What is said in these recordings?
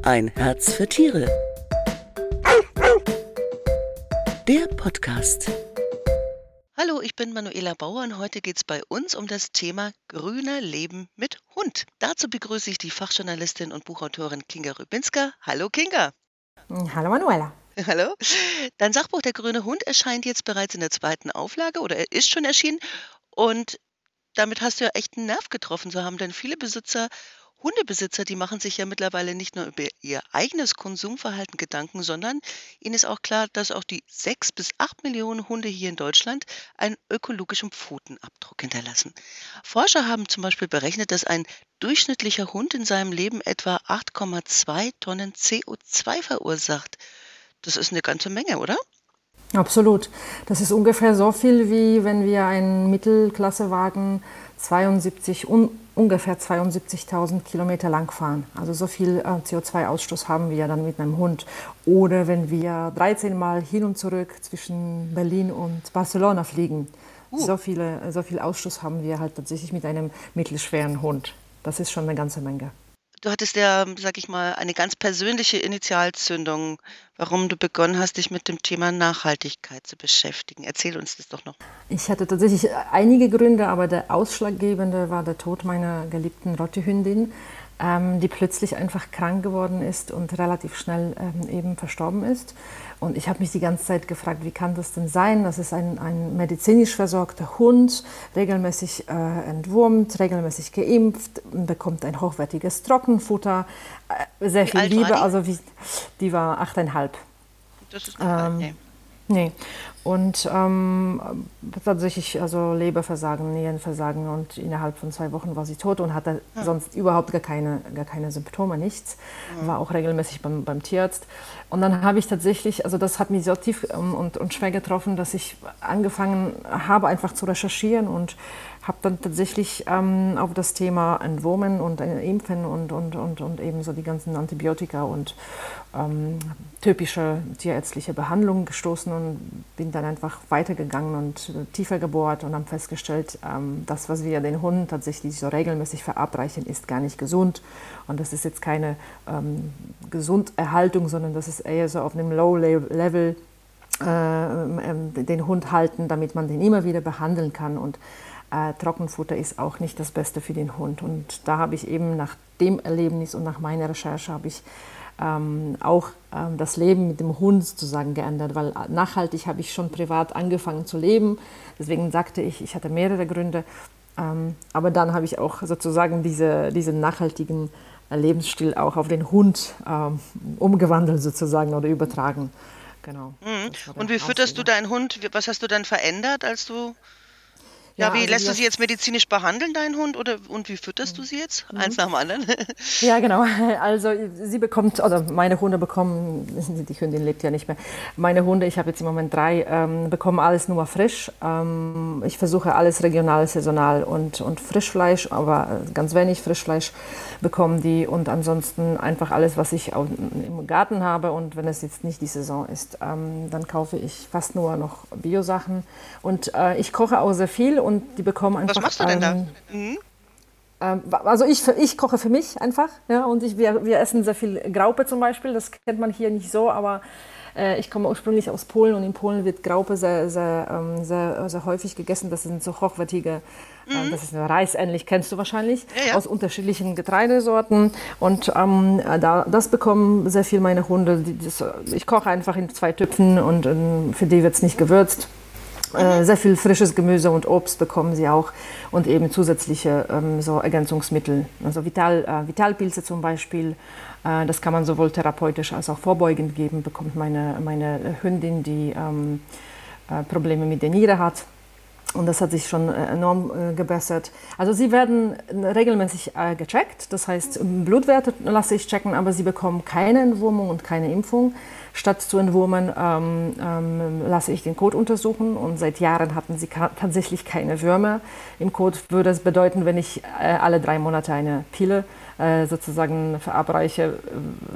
Ein Herz für Tiere. Der Podcast. Hallo, ich bin Manuela Bauer und heute geht es bei uns um das Thema grüner Leben mit Hund. Dazu begrüße ich die Fachjournalistin und Buchautorin Kinga Rybinska. Hallo Kinga. Hallo Manuela. Hallo. Dein Sachbuch Der grüne Hund erscheint jetzt bereits in der 2. Auflage oder er ist schon erschienen und damit hast du ja echt einen Nerv getroffen. So haben dann viele Hundebesitzer, die machen sich ja mittlerweile nicht nur über ihr eigenes Konsumverhalten Gedanken, sondern ihnen ist auch klar, dass auch die 6 bis 8 Millionen Hunde hier in Deutschland einen ökologischen Pfotenabdruck hinterlassen. Forscher haben zum Beispiel berechnet, dass ein durchschnittlicher Hund in seinem Leben etwa 8,2 Tonnen CO2 verursacht. Das ist eine ganze Menge, oder? Absolut. Das ist ungefähr so viel, wie wenn wir einen Mittelklassewagen ungefähr 72.000 Kilometer lang fahren. Also so viel CO2-Ausstoß haben wir dann mit einem Hund. Oder wenn wir 13 Mal hin und zurück zwischen Berlin und Barcelona fliegen. So viel Ausstoß haben wir halt tatsächlich mit einem mittelschweren Hund. Das ist schon eine ganze Menge. Du hattest ja, sag ich mal, eine ganz persönliche Initialzündung, warum du begonnen hast, dich mit dem Thema Nachhaltigkeit zu beschäftigen. Erzähl uns das doch noch. Ich hatte tatsächlich einige Gründe, aber der ausschlaggebende war der Tod meiner geliebten Rottehündin, die plötzlich einfach krank geworden ist und relativ schnell eben verstorben ist. Und ich habe mich die ganze Zeit gefragt, wie kann das denn sein? Das ist ein medizinisch versorgter Hund, regelmäßig entwurmt, regelmäßig geimpft, bekommt ein hochwertiges Trockenfutter, sehr viel Liebe. Also die war 8,5. Das ist nicht Nee. Und tatsächlich also Leberversagen, Nierenversagen und innerhalb von 2 Wochen war sie tot und hatte sonst überhaupt gar keine Symptome, nichts. War auch regelmäßig beim Tierarzt. Und dann habe ich tatsächlich, also das hat mich so tief und schwer getroffen, dass ich angefangen habe einfach zu recherchieren und habe dann tatsächlich auf das Thema Entwurmen und Impfen und eben so die ganzen Antibiotika und typische tierärztliche Behandlung gestoßen und bin dann einfach weitergegangen und tiefer gebohrt und haben festgestellt, das, was wir den Hunden tatsächlich so regelmäßig verabreichen, ist gar nicht gesund. Und das ist jetzt keine Gesunderhaltung, sondern das ist eher so auf einem Low-Level den Hund halten, damit man den immer wieder behandeln kann. Und Trockenfutter ist auch nicht das Beste für den Hund. Und da habe ich eben nach dem Erlebnis und nach meiner Recherche habe ich auch das Leben mit dem Hund sozusagen geändert, weil nachhaltig habe ich schon privat angefangen zu leben. Deswegen sagte ich hatte mehrere Gründe. Aber dann habe ich auch sozusagen diesen nachhaltigen Lebensstil auch auf den Hund umgewandelt sozusagen oder übertragen. Genau. Und wie fütterst du deinen Hund? Was hast du dann verändert, als du... Ja, wie also lässt du sie jetzt medizinisch behandeln, deinen Hund? Und wie fütterst du sie jetzt? Eins nach dem anderen? Ja, genau. Also sie bekommt, oder meine Hunde bekommen, die Hündin lebt ja nicht mehr, meine Hunde, ich habe jetzt im Moment 3, bekommen alles nur frisch. Ich versuche alles regional, saisonal und Frischfleisch, aber ganz wenig Frischfleisch bekommen die und ansonsten einfach alles, was ich im Garten habe und wenn es jetzt nicht die Saison ist, dann kaufe ich fast nur noch Biosachen und ich koche auch sehr viel und die bekommen einfach... Was machst du denn da? Also ich koche für mich einfach, ja, und wir essen sehr viel Graupe zum Beispiel, das kennt man hier nicht so, aber ich komme ursprünglich aus Polen und in Polen wird Graupe sehr häufig gegessen. Das sind so hochwertige, das ist reisähnlich, kennst du wahrscheinlich, Ja. aus unterschiedlichen Getreidesorten. Und das bekommen sehr viel meine Hunde. Ich koche einfach in 2 Töpfen und für die wird es nicht gewürzt. Sehr viel frisches Gemüse und Obst bekommen sie auch und eben zusätzliche so Ergänzungsmittel, also Vitalpilze zum Beispiel. Das kann man sowohl therapeutisch als auch vorbeugend geben, bekommt meine Hündin, die Probleme mit der Niere hat. Und das hat sich schon enorm gebessert. Also sie werden regelmäßig gecheckt, das heißt Blutwerte lasse ich checken, aber sie bekommen keine Entwurmung und keine Impfung. Statt zu entwurmen, lasse ich den Kot untersuchen und seit Jahren hatten sie tatsächlich keine Würmer. Im Kot würde es bedeuten, wenn ich alle 3 Monate eine Pille sozusagen verabreiche,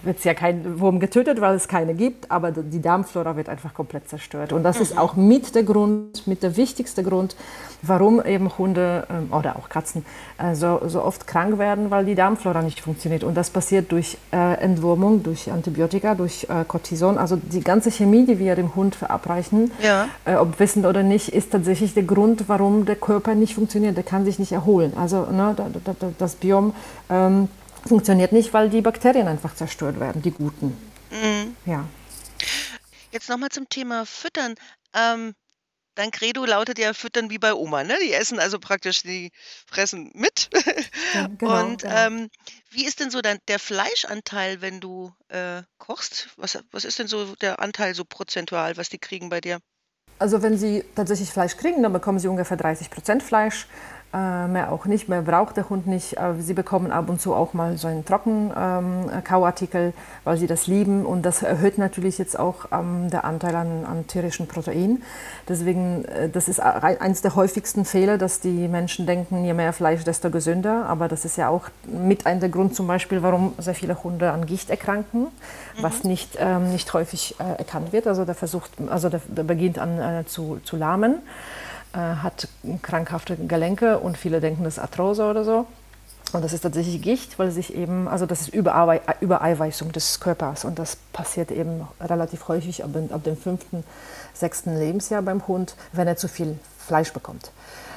wird ja kein Wurm getötet, weil es keine gibt, aber die Darmflora wird einfach komplett zerstört. Und das ist auch mit der wichtigste Grund, warum eben Hunde oder auch Katzen so oft krank werden, weil die Darmflora nicht funktioniert. Und das passiert durch Entwurmung, durch Antibiotika, durch Cortison. Also die ganze Chemie, die wir dem Hund verabreichen, ob wissend oder nicht, ist tatsächlich der Grund, warum der Körper nicht funktioniert. Der kann sich nicht erholen. Also das Biom funktioniert nicht, weil die Bakterien einfach zerstört werden, die guten. Ja. Jetzt nochmal zum Thema Füttern. Dein Credo lautet ja Füttern wie bei Oma, ne? Die essen also praktisch, die fressen mit. Ja, genau, Und wie ist denn so der Fleischanteil, wenn du kochst? Was ist denn so der Anteil so prozentual, was die kriegen bei dir? Also wenn Sie tatsächlich Fleisch kriegen, dann bekommen Sie ungefähr 30% Fleisch. Mehr auch nicht, mehr braucht der Hund nicht. Sie bekommen ab und zu auch mal so einen Trockenkauartikel, weil sie das lieben. Und das erhöht natürlich jetzt auch der Anteil an tierischen Protein. Deswegen, das ist eines der häufigsten Fehler, dass die Menschen denken, je mehr Fleisch, desto gesünder. Aber das ist ja auch mit ein der Grund zum Beispiel, warum sehr viele Hunde an Gicht erkranken, was nicht häufig erkannt wird. Also der beginnt an zu lahmen. Hat krankhafte Gelenke und viele denken, das ist Arthrose oder so. Und das ist tatsächlich Gicht, weil sich eben, also das ist Übereiweißung des Körpers und das passiert eben relativ häufig ab dem 5., 6. Lebensjahr beim Hund, wenn er zu viel Fleisch bekommt.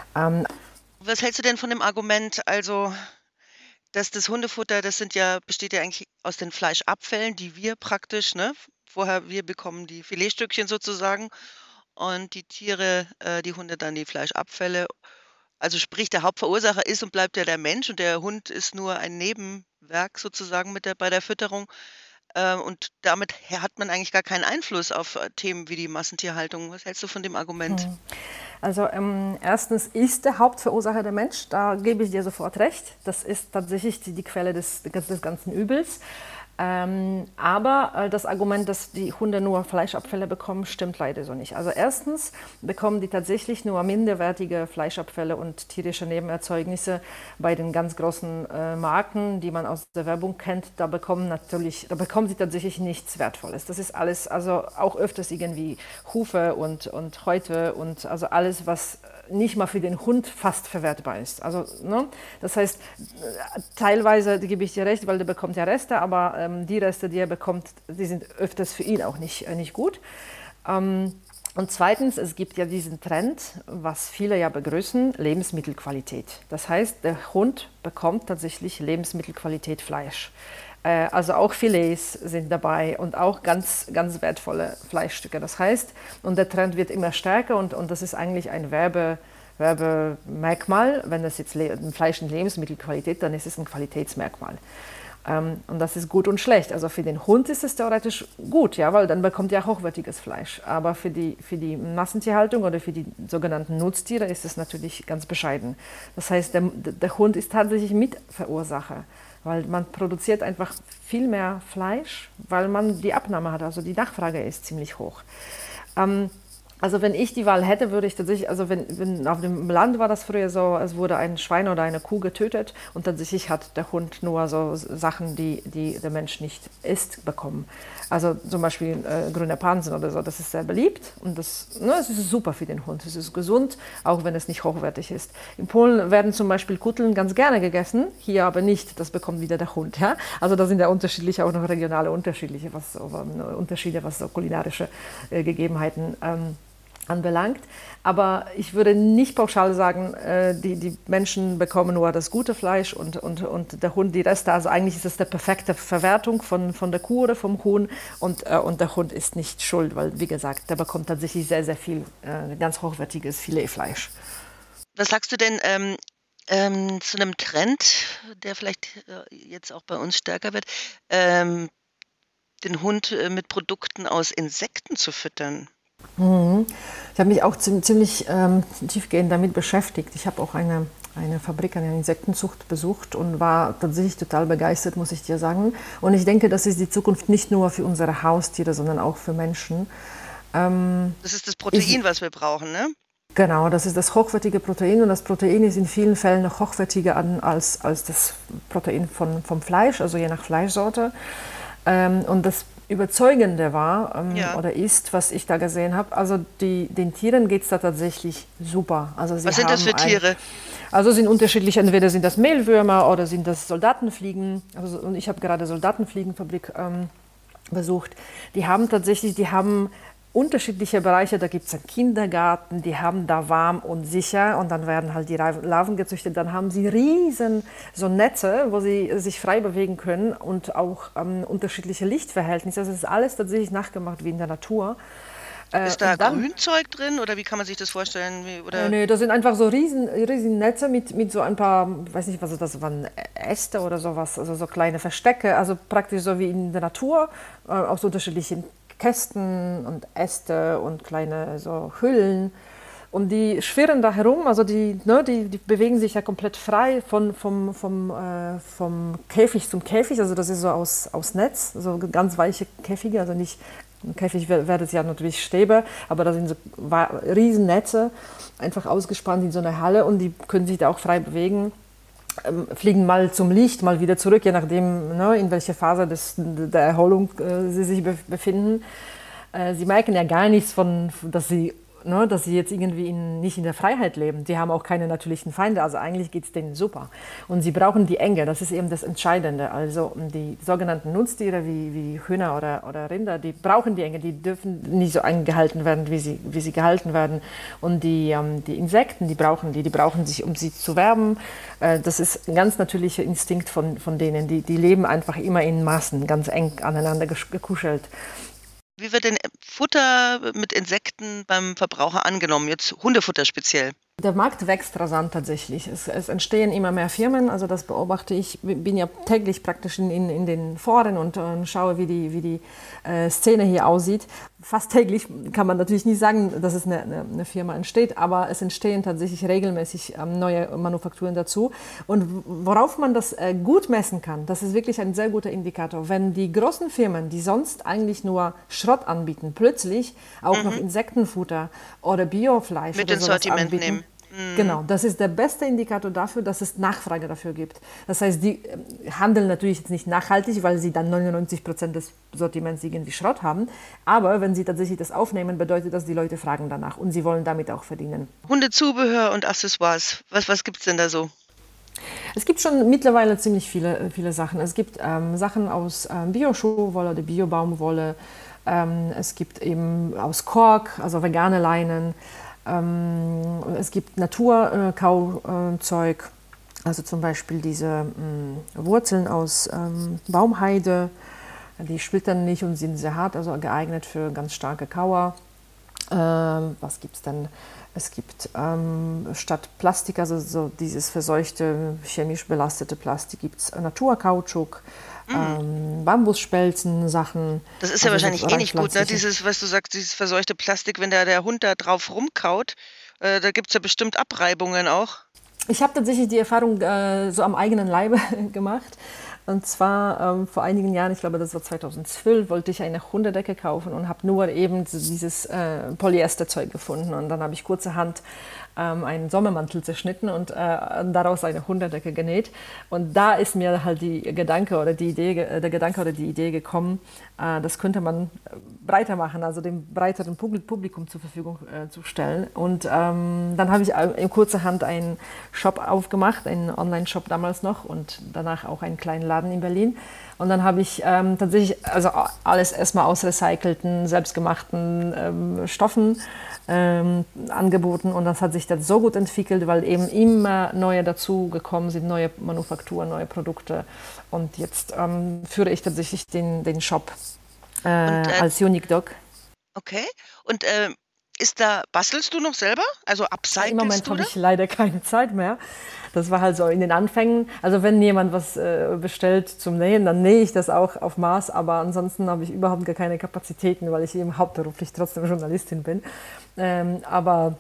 Was hältst du denn von dem Argument, also, dass das Hundefutter, besteht ja eigentlich aus den Fleischabfällen, die wir praktisch, ne, wir bekommen die Filetstückchen sozusagen und die Tiere, die Hunde dann die Fleischabfälle. Also sprich, der Hauptverursacher ist und bleibt ja der Mensch und der Hund ist nur ein Nebenwerk sozusagen bei der Fütterung. Und damit hat man eigentlich gar keinen Einfluss auf Themen wie die Massentierhaltung. Was hältst du von dem Argument? Also erstens ist der Hauptverursacher der Mensch, da gebe ich dir sofort recht. Das ist tatsächlich die Quelle des ganzen Übels. Aber das Argument, dass die Hunde nur Fleischabfälle bekommen, stimmt leider so nicht. Also erstens bekommen die tatsächlich nur minderwertige Fleischabfälle und tierische Nebenerzeugnisse bei den ganz großen Marken, die man aus der Werbung kennt. Da bekommen sie tatsächlich nichts Wertvolles. Das ist alles, also auch öfters irgendwie Hufe und Häute und also alles, was nicht mal für den Hund fast verwertbar ist. Also, ne? Das heißt, teilweise gebe ich dir recht, weil der bekommt ja Reste, aber die Reste, die er bekommt, die sind öfters für ihn auch nicht gut. Und zweitens, es gibt ja diesen Trend, was viele ja begrüßen, Lebensmittelqualität. Das heißt, der Hund bekommt tatsächlich Lebensmittelqualität Fleisch. Also auch Filets sind dabei und auch ganz, ganz wertvolle Fleischstücke. Das heißt, und der Trend wird immer stärker und das ist eigentlich ein Werbemerkmal. Wenn das jetzt Fleisch in Lebensmittelqualität, dann ist es ein Qualitätsmerkmal. Und das ist gut und schlecht. Also für den Hund ist es theoretisch gut, ja, weil dann bekommt er hochwertiges Fleisch. Aber für die Massentierhaltung oder für die sogenannten Nutztiere ist es natürlich ganz bescheiden. Das heißt, der Hund ist tatsächlich Mitverursacher, weil man produziert einfach viel mehr Fleisch, weil man die Abnahme hat. Also die Nachfrage ist ziemlich hoch. Also wenn ich die Wahl hätte, würde ich tatsächlich, also wenn auf dem Land war das früher so, es wurde ein Schwein oder eine Kuh getötet und tatsächlich hat der Hund nur so Sachen, die der Mensch nicht isst, bekommen. Also zum Beispiel grüne Pansen oder so, das ist sehr beliebt und es ist super für den Hund. Es ist gesund, auch wenn es nicht hochwertig ist. In Polen werden zum Beispiel Kutteln ganz gerne gegessen, hier aber nicht, das bekommt wieder der Hund. Ja? Also da sind ja unterschiedliche, auch noch regionale Unterschiede, was so kulinarische Gegebenheiten anbelangt. Aber ich würde nicht pauschal sagen, die Menschen bekommen nur das gute Fleisch und der Hund die Reste. Also eigentlich ist es die perfekte Verwertung von der Kuh oder vom Huhn und der Hund ist nicht schuld, weil, wie gesagt, der bekommt tatsächlich sehr, sehr viel ganz hochwertiges Filetfleisch. Was sagst du denn zu einem Trend, der vielleicht jetzt auch bei uns stärker wird, den Hund mit Produkten aus Insekten zu füttern? Ich habe mich auch ziemlich tiefgehend damit beschäftigt. Ich habe auch eine Fabrik, eine Insektenzucht besucht und war tatsächlich total begeistert, muss ich dir sagen. Und ich denke, das ist die Zukunft nicht nur für unsere Haustiere, sondern auch für Menschen. Das ist das Protein, was wir brauchen, ne? Genau, das ist das hochwertige Protein und das Protein ist in vielen Fällen noch hochwertiger als das Protein vom Fleisch, also je nach Fleischsorte. Und das Überzeugende war Ja. oder ist, was ich da gesehen habe, also den Tieren geht es da tatsächlich super. Also sie Was sind das haben für Tiere? also sind unterschiedlich, entweder sind das Mehlwürmer oder sind das Soldatenfliegen. Also, und ich habe gerade Soldatenfliegenfabrik besucht. Die haben unterschiedliche Bereiche. Da gibt es einen Kindergarten, die haben da warm und sicher und dann werden halt die Larven gezüchtet. Dann haben sie riesen so Netze, wo sie sich frei bewegen können und auch unterschiedliche Lichtverhältnisse. Das ist alles tatsächlich nachgemacht wie in der Natur. Ist da Und dann Grünzeug drin oder wie kann man sich das vorstellen? Oder Nee, das sind einfach so riesen Netze mit so ein paar, ich weiß nicht, was das waren, Äste oder sowas, also so kleine Verstecke, also praktisch so wie in der Natur, aus unterschiedlichen Kästen und Äste und kleine so Hüllen. Und die schwirren da herum, also die bewegen sich ja komplett frei vom Käfig zum Käfig, also das ist so aus Netz, so ganz weiche Käfige, also nicht, im Käfig wäre es ja natürlich Stäbe, aber da sind so riesen Netze, einfach ausgespannt in so einer Halle und die können sich da auch frei bewegen, fliegen mal zum Licht, mal wieder zurück, je nachdem, ne, in welcher Phase der Erholung sie sich befinden. Sie merken ja gar nichts dass sie jetzt irgendwie nicht in der Freiheit leben. Die haben auch keine natürlichen Feinde, also eigentlich geht es denen super. Und sie brauchen die Enge, das ist eben das Entscheidende. Also die sogenannten Nutztiere wie Hühner oder Rinder, die brauchen die Enge, die dürfen nicht so eingehalten werden, wie sie gehalten werden. Und die Insekten, die brauchen sich, um sie zu wärmen. Das ist ein ganz natürlicher Instinkt von denen. Die leben einfach immer in Massen, ganz eng aneinander gekuschelt. wie wird denn Futter mit Insekten beim Verbraucher angenommen? Jetzt Hundefutter speziell. Der Markt wächst rasant tatsächlich. Es entstehen immer mehr Firmen, also das beobachte ich. Ich bin ja täglich praktisch in den Foren und schaue, wie die Szene hier aussieht. Fast täglich kann man natürlich nicht sagen, dass es eine Firma entsteht, aber es entstehen tatsächlich regelmäßig neue Manufakturen dazu. Und worauf man das gut messen kann, das ist wirklich ein sehr guter Indikator. Wenn die großen Firmen, die sonst eigentlich nur Schrott anbieten, plötzlich auch noch Insektenfutter oder Biofleisch Mit oder ins sowas Sortiment anbieten. nehmen. Genau, das ist der beste Indikator dafür, dass es Nachfrage dafür gibt. Das heißt, die handeln natürlich jetzt nicht nachhaltig, weil sie dann 99% des Sortiments irgendwie Schrott haben. Aber wenn sie tatsächlich das aufnehmen, bedeutet das, die Leute fragen danach und sie wollen damit auch verdienen. Hundezubehör und Accessoires. Was gibt's denn da so? Es gibt schon mittlerweile ziemlich viele Sachen. Es gibt Sachen aus Bio-Schuhwolle oder Bio-Baumwolle. Es gibt eben aus Kork, also vegane Leinen. Es gibt Naturkauzeug, also zum Beispiel diese Wurzeln aus Baumheide, die splittern nicht und sind sehr hart, also geeignet für ganz starke Kauer. Was gibt es denn? Es gibt statt Plastik, also so dieses verseuchte, chemisch belastete Plastik, gibt es Naturkautschuk, Bambusspelzen, Sachen. Das ist ja also wahrscheinlich so nicht gut, ne? pflanzliche. Dieses, was du sagst, dieses verseuchte Plastik, wenn da der Hund da drauf rumkaut, da gibt's ja bestimmt Abreibungen auch. Ich habe tatsächlich die Erfahrung so am eigenen Leibe gemacht. Und zwar vor einigen Jahren, ich glaube, das war 2012, wollte ich eine Hundedecke kaufen und habe nur eben dieses Polyesterzeug gefunden. Und dann habe ich kurzerhand einen Sommermantel zerschnitten und daraus eine Hundedecke genäht. Und da ist mir halt der Gedanke oder die Idee gekommen, das könnte man breiter machen, also dem breiteren Publikum zur Verfügung zu stellen. Und dann habe ich in kurzerhand einen Shop aufgemacht, einen Online-Shop damals noch und danach auch einen kleinen Laden in Berlin. Und dann habe ich tatsächlich also alles erstmal aus recycelten, selbstgemachten Stoffen angeboten. Und das hat sich dann so gut entwickelt, weil eben immer neue dazu gekommen sind, neue Manufakturen, neue Produkte. Und jetzt führe ich tatsächlich den Shop Und als Unique Dog. okay. Und bastelst du noch selber? Also Im upcyclest Moment du habe da? ich leider keine Zeit mehr. Das war halt so in den Anfängen. Also wenn jemand was bestellt zum Nähen, dann nähe ich das auch auf Maß. Aber ansonsten habe ich überhaupt gar keine Kapazitäten, weil ich eben hauptberuflich trotzdem Journalistin bin. Aber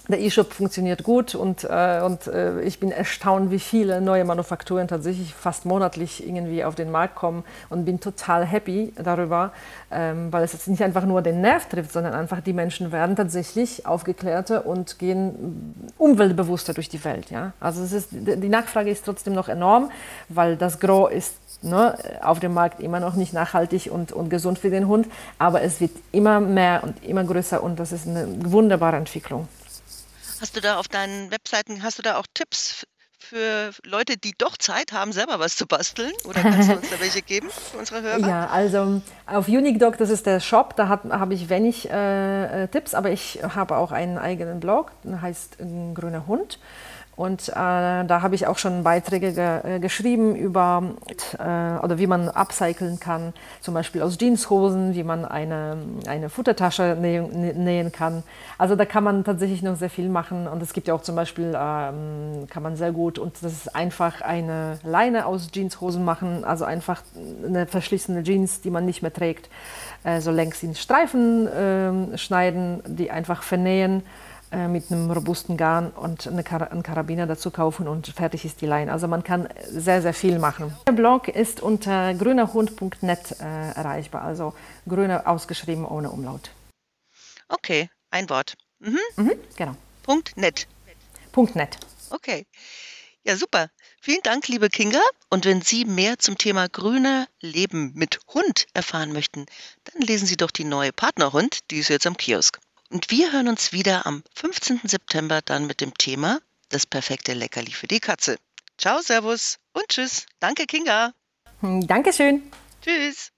Der E-Shop funktioniert gut und ich bin erstaunt, wie viele neue Manufakturen tatsächlich fast monatlich irgendwie auf den Markt kommen und bin total happy darüber, weil es jetzt nicht einfach nur den Nerv trifft, sondern einfach die Menschen werden tatsächlich aufgeklärter und gehen umweltbewusster durch die Welt. Ja? Also die Nachfrage ist trotzdem noch enorm, weil das Gros ist auf dem Markt immer noch nicht nachhaltig und gesund für den Hund, aber es wird immer mehr und immer größer und das ist eine wunderbare Entwicklung. Hast du da auf deinen Webseiten, hast du da auch Tipps für Leute, die doch Zeit haben, selber was zu basteln? Oder kannst du uns da welche geben für unsere Hörer? Ja, also auf Unique Dog, das ist der Shop, da habe ich wenig Tipps, aber ich habe auch einen eigenen Blog, der heißt Grüner Hund. Und da habe ich auch schon Beiträge geschrieben über, oder wie man upcyclen kann, zum Beispiel aus Jeanshosen, wie man eine Futtertasche nähen kann. Also da kann man tatsächlich noch sehr viel machen. Und es gibt ja auch zum Beispiel, kann man sehr gut, und das ist einfach eine Leine aus Jeanshosen machen, also einfach eine verschlissene Jeans, die man nicht mehr trägt, so längs in Streifen schneiden, die einfach vernähen mit einem robusten Garn und einen Karabiner dazu kaufen und fertig ist die Leine. Also man kann sehr, sehr viel machen. Der Blog ist unter grünerhund.net erreichbar, also grüner ausgeschrieben ohne Umlaut. Okay, ein Wort. Genau. .net. .net. Okay. Ja, super. Vielen Dank, liebe Kinga. Und wenn Sie mehr zum Thema grüner Leben mit Hund erfahren möchten, dann lesen Sie doch die neue Partnerhund, die ist jetzt am Kiosk. Und wir hören uns wieder am 15. September dann mit dem Thema das perfekte Leckerli für die Katze. Ciao, servus und tschüss. Danke, Kinga. Dankeschön. Tschüss.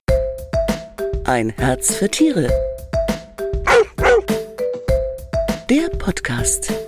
Ein Herz für Tiere. Der Podcast.